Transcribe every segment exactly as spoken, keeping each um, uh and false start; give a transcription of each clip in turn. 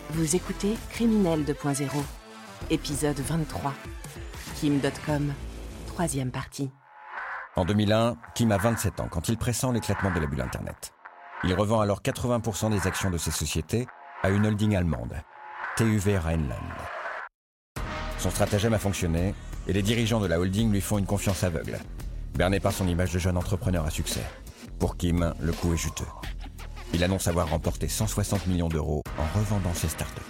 Vous écoutez Criminel deux point zéro, épisode vingt-trois. Kim point com, troisième partie. En deux mille un, Kim a vingt-sept ans quand il pressent l'éclatement de la bulle Internet. Il revend alors quatre-vingts pour cent des actions de ses sociétés à une holding allemande, T U V Rheinland. Son stratagème a fonctionné et les dirigeants de la holding lui font une confiance aveugle, berné par son image de jeune entrepreneur à succès. Pour Kim, le coup est juteux. Il annonce avoir remporté cent soixante millions d'euros en revendant ses startups.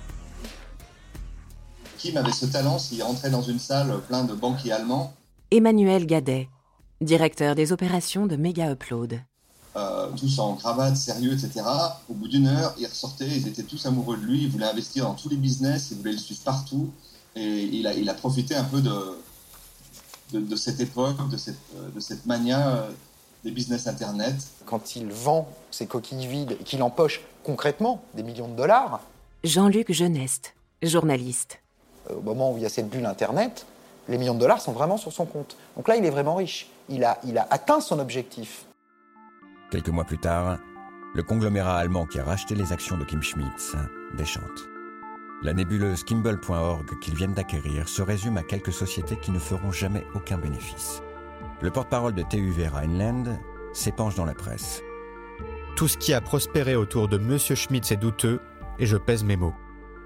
Kim avait ce talent s'il rentrait dans une salle plein de banquiers allemands. Emmanuel Gadet, directeur des opérations de Mega Upload. Euh, tous en cravate, sérieux, et cetera. Au bout d'une heure, ils ressortaient, ils étaient tous amoureux de lui, ils voulaient investir dans tous les business, ils voulaient le suivre partout. Et il a, il a profité un peu de, de, de cette époque, de cette, de cette mania des business Internet. Quand il vend ses coquilles vides et qu'il empoche concrètement des millions de dollars... Jean-Luc Geneste, journaliste. Au moment où il y a cette bulle Internet, les millions de dollars sont vraiment sur son compte. Donc là, il est vraiment riche. Il a, il a atteint son objectif. Quelques mois plus tard, le conglomérat allemand qui a racheté les actions de Kim Schmitz déchante. La nébuleuse Kimball point org qu'ils viennent d'acquérir se résume à quelques sociétés qui ne feront jamais aucun bénéfice. Le porte-parole de T U V Rheinland s'épanche dans la presse. Tout ce qui a prospéré autour de Monsieur Schmitz est douteux, et je pèse mes mots.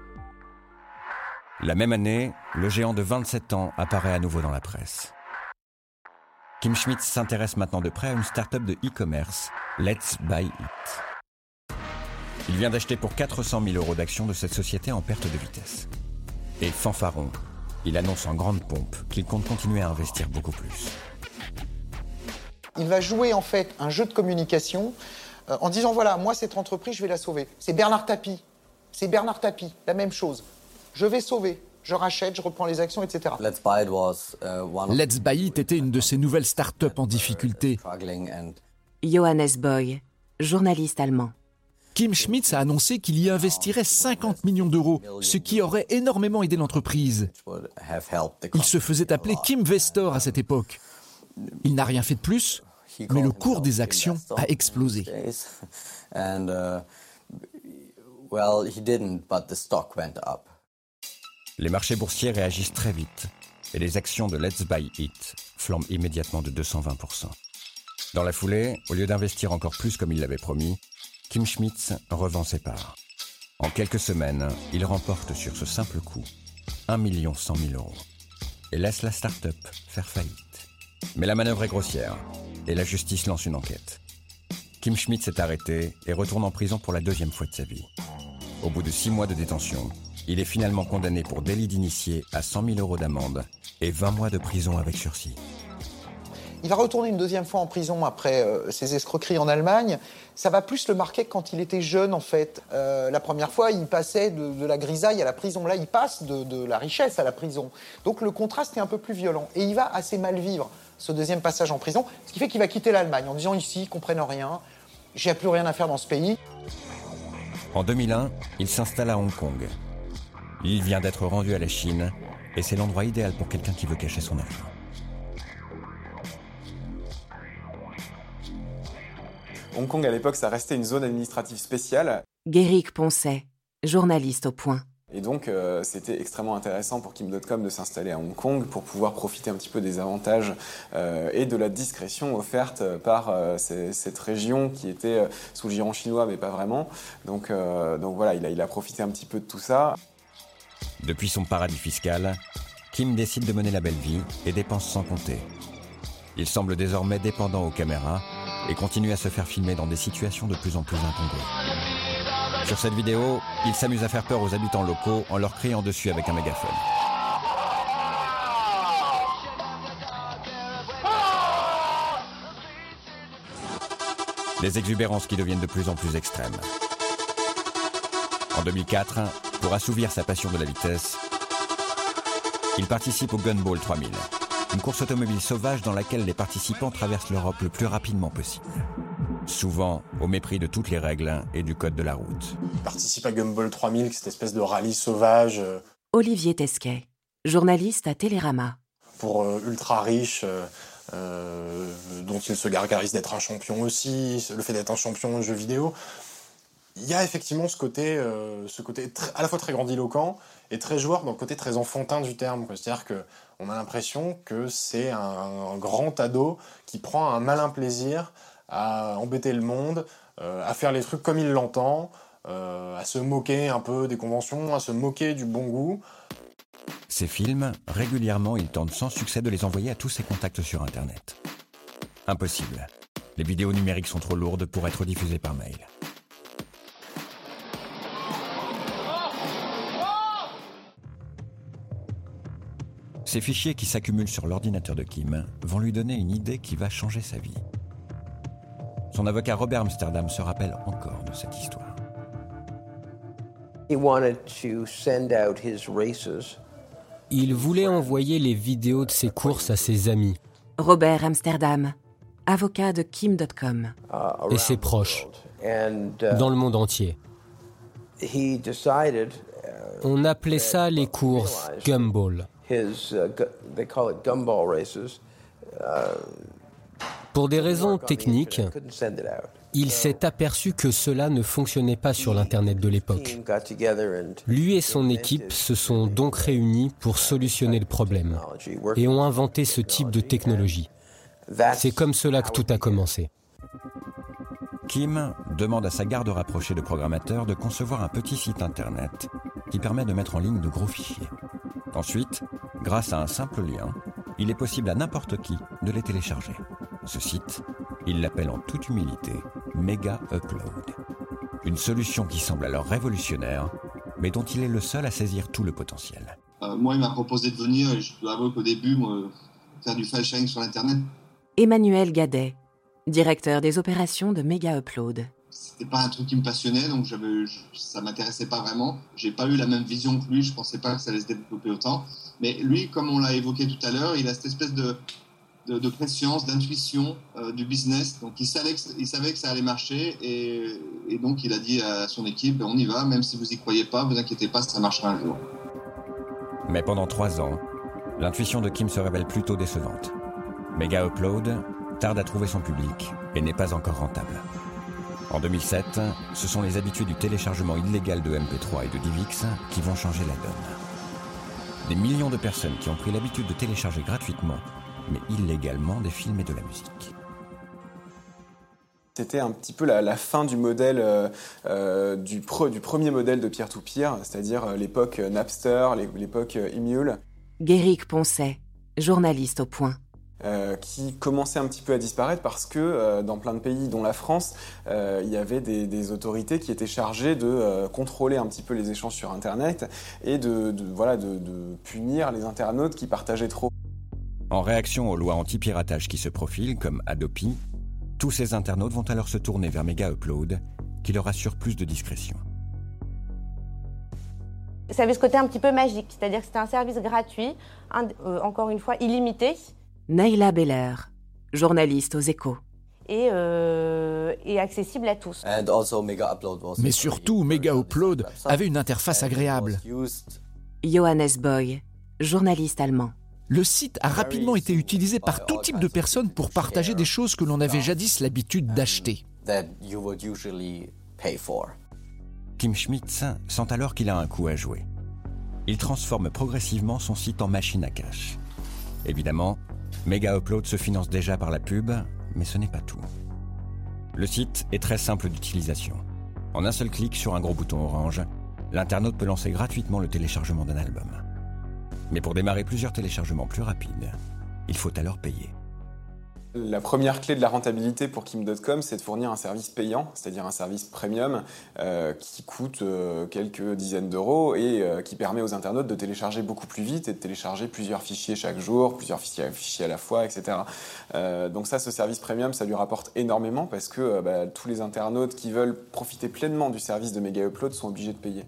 La même année, le géant de vingt-sept ans apparaît à nouveau dans la presse. Kim Schmitz s'intéresse maintenant de près à une start-up de e-commerce, Let's Buy It. Il vient d'acheter pour quatre cent mille euros d'actions de cette société en perte de vitesse. Et fanfaron, il annonce en grande pompe qu'il compte continuer à investir beaucoup plus. Il va jouer en fait un jeu de communication euh, en disant voilà, moi cette entreprise, je vais la sauver. C'est Bernard Tapie, c'est Bernard Tapie, la même chose. Je vais sauver, je rachète, je reprends les actions, et cetera. Let's Buy It, was, uh, one of Let's Buy It était une de ces nouvelles startups en difficulté. and... Johannes Boy, journaliste allemand. Kim Schmitz a annoncé qu'il y investirait cinquante millions d'euros, ce qui aurait énormément aidé l'entreprise. Il se faisait appeler Kim Vestor à cette époque. Il n'a rien fait de plus, mais le cours des actions a explosé. And, uh, well, he didn't, but the stock went up. Les marchés boursiers réagissent très vite et les actions de Let's Buy It flambent immédiatement de deux cent vingt pour cent. Dans la foulée, au lieu d'investir encore plus comme il l'avait promis, Kim Schmitz revend ses parts. En quelques semaines, il remporte sur ce simple coup un million cent mille euros et laisse la start-up faire faillite. Mais la manœuvre est grossière et la justice lance une enquête. Kim Schmitz est arrêté et retourne en prison pour la deuxième fois de sa vie. Au bout de six mois de détention, il est finalement condamné pour délit d'initié à cent mille euros d'amende et vingt mois de prison avec sursis. Il va retourner une deuxième fois en prison après euh, ses escroqueries en Allemagne. Ça va plus le marquer quand il était jeune, en fait. Euh, la première fois, il passait de, de la grisaille à la prison. Là, il passe de, de la richesse à la prison. Donc le contraste est un peu plus violent. Et il va assez mal vivre ce deuxième passage en prison, ce qui fait qu'il va quitter l'Allemagne en disant ici, ils comprennent rien, j'ai plus rien à faire dans ce pays. En deux mille un, il s'installe à Hong Kong. L'île vient d'être rendue à la Chine et c'est l'endroit idéal pour quelqu'un qui veut cacher son argent. Hong Kong, à l'époque, ça restait une zone administrative spéciale. Guéric Poncet, journaliste au Point. Et donc, euh, c'était extrêmement intéressant pour Kim point com de s'installer à Hong Kong pour pouvoir profiter un petit peu des avantages euh, et de la discrétion offerte par euh, ces, cette région qui était euh, sous le giron chinois, mais pas vraiment. Donc, euh, donc voilà, il a, il a profité un petit peu de tout ça. Depuis son paradis fiscal, Kim décide de mener la belle vie et dépense sans compter. Il semble désormais dépendant aux caméras et continue à se faire filmer dans des situations de plus en plus incongrues. Sur cette vidéo, il s'amuse à faire peur aux habitants locaux en leur criant dessus avec un mégaphone. Des exubérances qui deviennent de plus en plus extrêmes. En deux mille quatre, pour assouvir sa passion de la vitesse, il participe au Gunball trois mille, une course automobile sauvage dans laquelle les participants traversent l'Europe le plus rapidement possible. Souvent au mépris de toutes les règles et du code de la route. Il participe à Gumball trois mille, cette espèce de rallye sauvage. Olivier Tesquet, journaliste à Télérama. Pour euh, ultra riches, euh, euh, dont il se gargarise d'être un champion aussi, le fait d'être un champion de jeux vidéo. il y a effectivement ce côté, euh, ce côté très, à la fois très grandiloquent et très joueur, dans le côté très enfantin du terme. Quoi. C'est-à-dire qu'on a l'impression que c'est un, un grand ado qui prend un malin plaisir à embêter le monde, euh, à faire les trucs comme il l'entend, euh, à se moquer un peu des conventions, à se moquer du bon goût. Ces films, régulièrement, il tente sans succès de les envoyer à tous ses contacts sur Internet. Impossible. Les vidéos numériques sont trop lourdes pour être diffusées par mail. Ces fichiers qui s'accumulent sur l'ordinateur de Kim vont lui donner une idée qui va changer sa vie. Son avocat Robert Amsterdam se rappelle encore de cette histoire. Il voulait envoyer les vidéos de ses courses à ses amis. Robert Amsterdam, avocat de Kim point com. Et ses proches, dans le monde entier. On appelait ça les courses Gumball. Pour des raisons techniques, il s'est aperçu que cela ne fonctionnait pas sur l'Internet de l'époque. Lui et son équipe se sont donc réunis pour solutionner le problème et ont inventé ce type de technologie. C'est comme cela que tout a commencé. Kim demande à sa garde rapprochée de programmateurs de concevoir un petit site Internet qui permet de mettre en ligne de gros fichiers. Ensuite, grâce à un simple lien, il est possible à n'importe qui de les télécharger. Ce site, il l'appelle en toute humilité Mega Upload. Une solution qui semble alors révolutionnaire, mais dont il est le seul à saisir tout le potentiel. Euh, moi, il m'a proposé de venir, et je dois avouer qu'au début, moi, faire du file sharing sur Internet. Emmanuel Gadet, directeur des opérations de Mega Upload. C'était pas un truc qui me passionnait, donc j'avais, ça m'intéressait pas vraiment. J'ai pas eu la même vision que lui, je pensais pas que ça allait se développer autant. Mais lui, comme on l'a évoqué tout à l'heure, il a cette espèce de, de, de préscience, d'intuition euh, du business. Donc il savait, que, il savait que ça allait marcher et, et donc il a dit à son équipe, on y va, même si vous y croyez pas, vous inquiétez pas, ça marchera un jour. Mais pendant trois ans, l'intuition de Kim se révèle plutôt décevante. Mega Upload tarde à trouver son public et n'est pas encore rentable. En deux mille sept, ce sont les habitués du téléchargement illégal de M P trois et de DivX qui vont changer la donne. Des millions de personnes qui ont pris l'habitude de télécharger gratuitement, mais illégalement, des films et de la musique. C'était un petit peu la, la fin du modèle, euh, euh, du, pro, du premier modèle de peer-to-peer, c'est-à-dire euh, l'époque Napster, l'époque Emule. Guéric Poncet, journaliste au Point. Euh, qui commençait un petit peu à disparaître parce que euh, dans plein de pays, dont la France, euh, il y avait des, des autorités qui étaient chargées de euh, contrôler un petit peu les échanges sur Internet et de, de, voilà, de, de punir les internautes qui partageaient trop. En réaction aux lois anti-piratage qui se profilent, comme Adopi, tous ces internautes vont alors se tourner vers Mega Upload, qui leur assure plus de discrétion. Ça avait ce côté un petit peu magique, c'est-à-dire que c'était un service gratuit, un, euh, encore une fois illimité. Naïla Beller, journaliste aux Échos. Et, euh, et accessible à tous. Mais surtout, Mega Upload avait une interface agréable. Johannes Boy, journaliste allemand. Le site a rapidement été utilisé par tout type de personnes pour partager des choses que l'on avait jadis l'habitude d'acheter. Kim Schmitz sent alors qu'il a un coup à jouer. Il transforme progressivement son site en machine à cash. Évidemment, Mega Upload se finance déjà par la pub, mais ce n'est pas tout. Le site est très simple d'utilisation. En un seul clic sur un gros bouton orange, l'internaute peut lancer gratuitement le téléchargement d'un album. Mais pour démarrer plusieurs téléchargements plus rapides, il faut alors payer. La première clé de la rentabilité pour Kim point com, c'est de fournir un service payant, c'est-à-dire un service premium euh, qui coûte euh, quelques dizaines d'euros et euh, qui permet aux internautes de télécharger beaucoup plus vite et de télécharger plusieurs fichiers chaque jour, plusieurs fichiers, fichiers à la fois, et cetera. Euh, donc ça, ce service premium, ça lui rapporte énormément parce que euh, bah, tous les internautes qui veulent profiter pleinement du service de Mega Upload sont obligés de payer.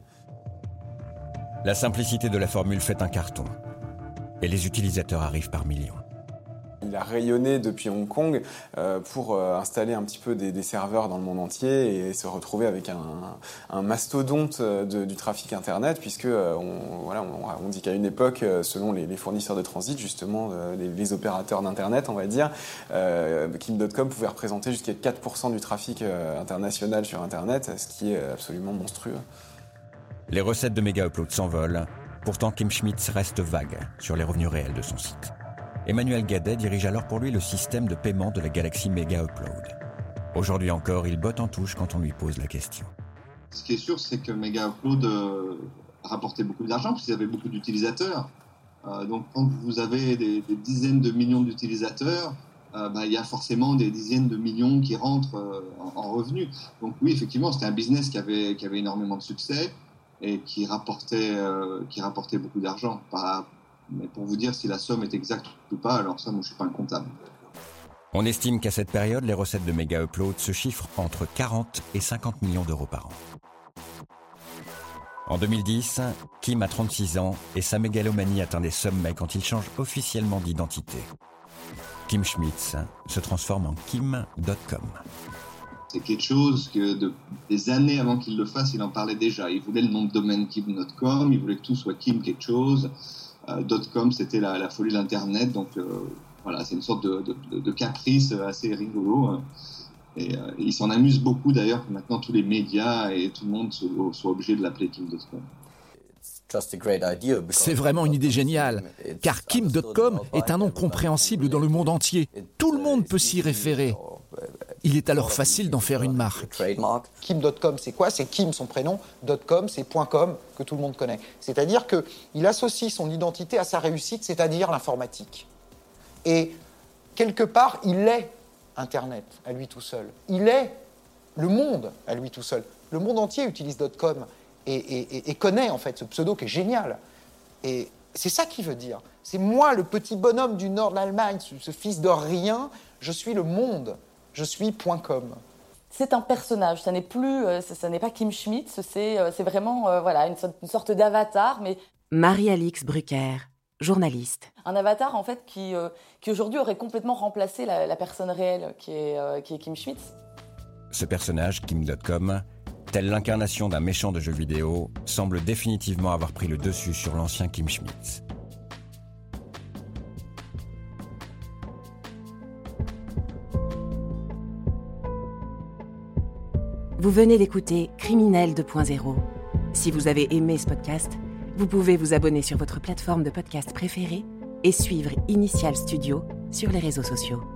La simplicité de la formule fait un carton et les utilisateurs arrivent par millions. Il a rayonné depuis Hong Kong euh, pour euh, installer un petit peu des, des serveurs dans le monde entier et se retrouver avec un, un mastodonte de, du trafic Internet, puisque euh, on, voilà, on, on dit qu'à une époque, euh, selon les, les fournisseurs de transit, justement, euh, les, les opérateurs d'Internet, on va dire, euh, Kim dot com pouvait représenter jusqu'à quatre pour cent du trafic euh, international sur Internet, ce qui est absolument monstrueux. Les recettes de Mega Upload s'envolent, pourtant Kim Schmitz reste vague sur les revenus réels de son site. Emmanuel Gadet dirige alors pour lui le système de paiement de la galaxie Mega Upload. Aujourd'hui encore, il botte en touche quand on lui pose la question. Ce qui est sûr, c'est que Mega Upload euh, rapportait beaucoup d'argent parce qu'il y avait beaucoup d'utilisateurs. Euh, donc quand vous avez des, des dizaines de millions d'utilisateurs, euh, bah, il y a forcément des dizaines de millions qui rentrent euh, en, en revenus. Donc oui, effectivement, c'était un business qui avait, qui avait énormément de succès et qui rapportait, euh, qui rapportait beaucoup d'argent. Pas, Mais pour vous dire si la somme est exacte ou pas, alors ça, moi, je ne suis pas un comptable. On estime qu'à cette période, les recettes de Mega Upload se chiffrent entre quarante et cinquante millions d'euros par an. En deux mille dix, Kim a trente-six ans et sa mégalomanie atteint des sommets quand il change officiellement d'identité. Kim Schmitz se transforme en Kim dot com. C'est quelque chose que de, des années avant qu'il le fasse, il en parlait déjà. Il voulait le nom de domaine Kim dot com, il voulait que tout soit Kim quelque chose. Euh, .com, c'était la, la folie de l'Internet, donc euh, voilà, c'est une sorte de, de, de caprice assez rigolo. Et euh, il s'en amuse beaucoup d'ailleurs que maintenant tous les médias et tout le monde soient, soient obligés de l'appeler Kim dot com. C'est vraiment une idée géniale, car Kim dot com est un nom compréhensible dans le monde entier. Tout le monde peut s'y référer. Il est alors facile d'en faire une marque. Kim dot com, c'est quoi? C'est Kim, son prénom, .com, c'est .com, que tout le monde connaît. C'est-à-dire qu'il associe son identité à sa réussite, c'est-à-dire l'informatique. Et quelque part, il est Internet à lui tout seul. Il est le monde à lui tout seul. Le monde entier utilise .com et, et, et connaît en fait ce pseudo qui est génial. Et c'est ça qu'il veut dire. C'est moi, le petit bonhomme du nord de l'Allemagne, ce, ce fils de rien, je suis le monde. Je suis .com. C'est un personnage, ça n'est plus, euh, ça, ça n'est pas Kim Schmitz, c'est, euh, c'est vraiment euh, voilà, une, sorte, une sorte d'avatar. Mais... Marie-Alix Brucker, journaliste. Un avatar en fait qui, euh, qui aujourd'hui aurait complètement remplacé la, la personne réelle qui est, euh, qui est Kim Schmitz. Ce personnage, Kim dot com, tel l'incarnation d'un méchant de jeu vidéo, semble définitivement avoir pris le dessus sur l'ancien Kim Schmitz. Vous venez d'écouter Criminel deux point zéro. Si vous avez aimé ce podcast, vous pouvez vous abonner sur votre plateforme de podcast préférée et suivre Initial Studio sur les réseaux sociaux.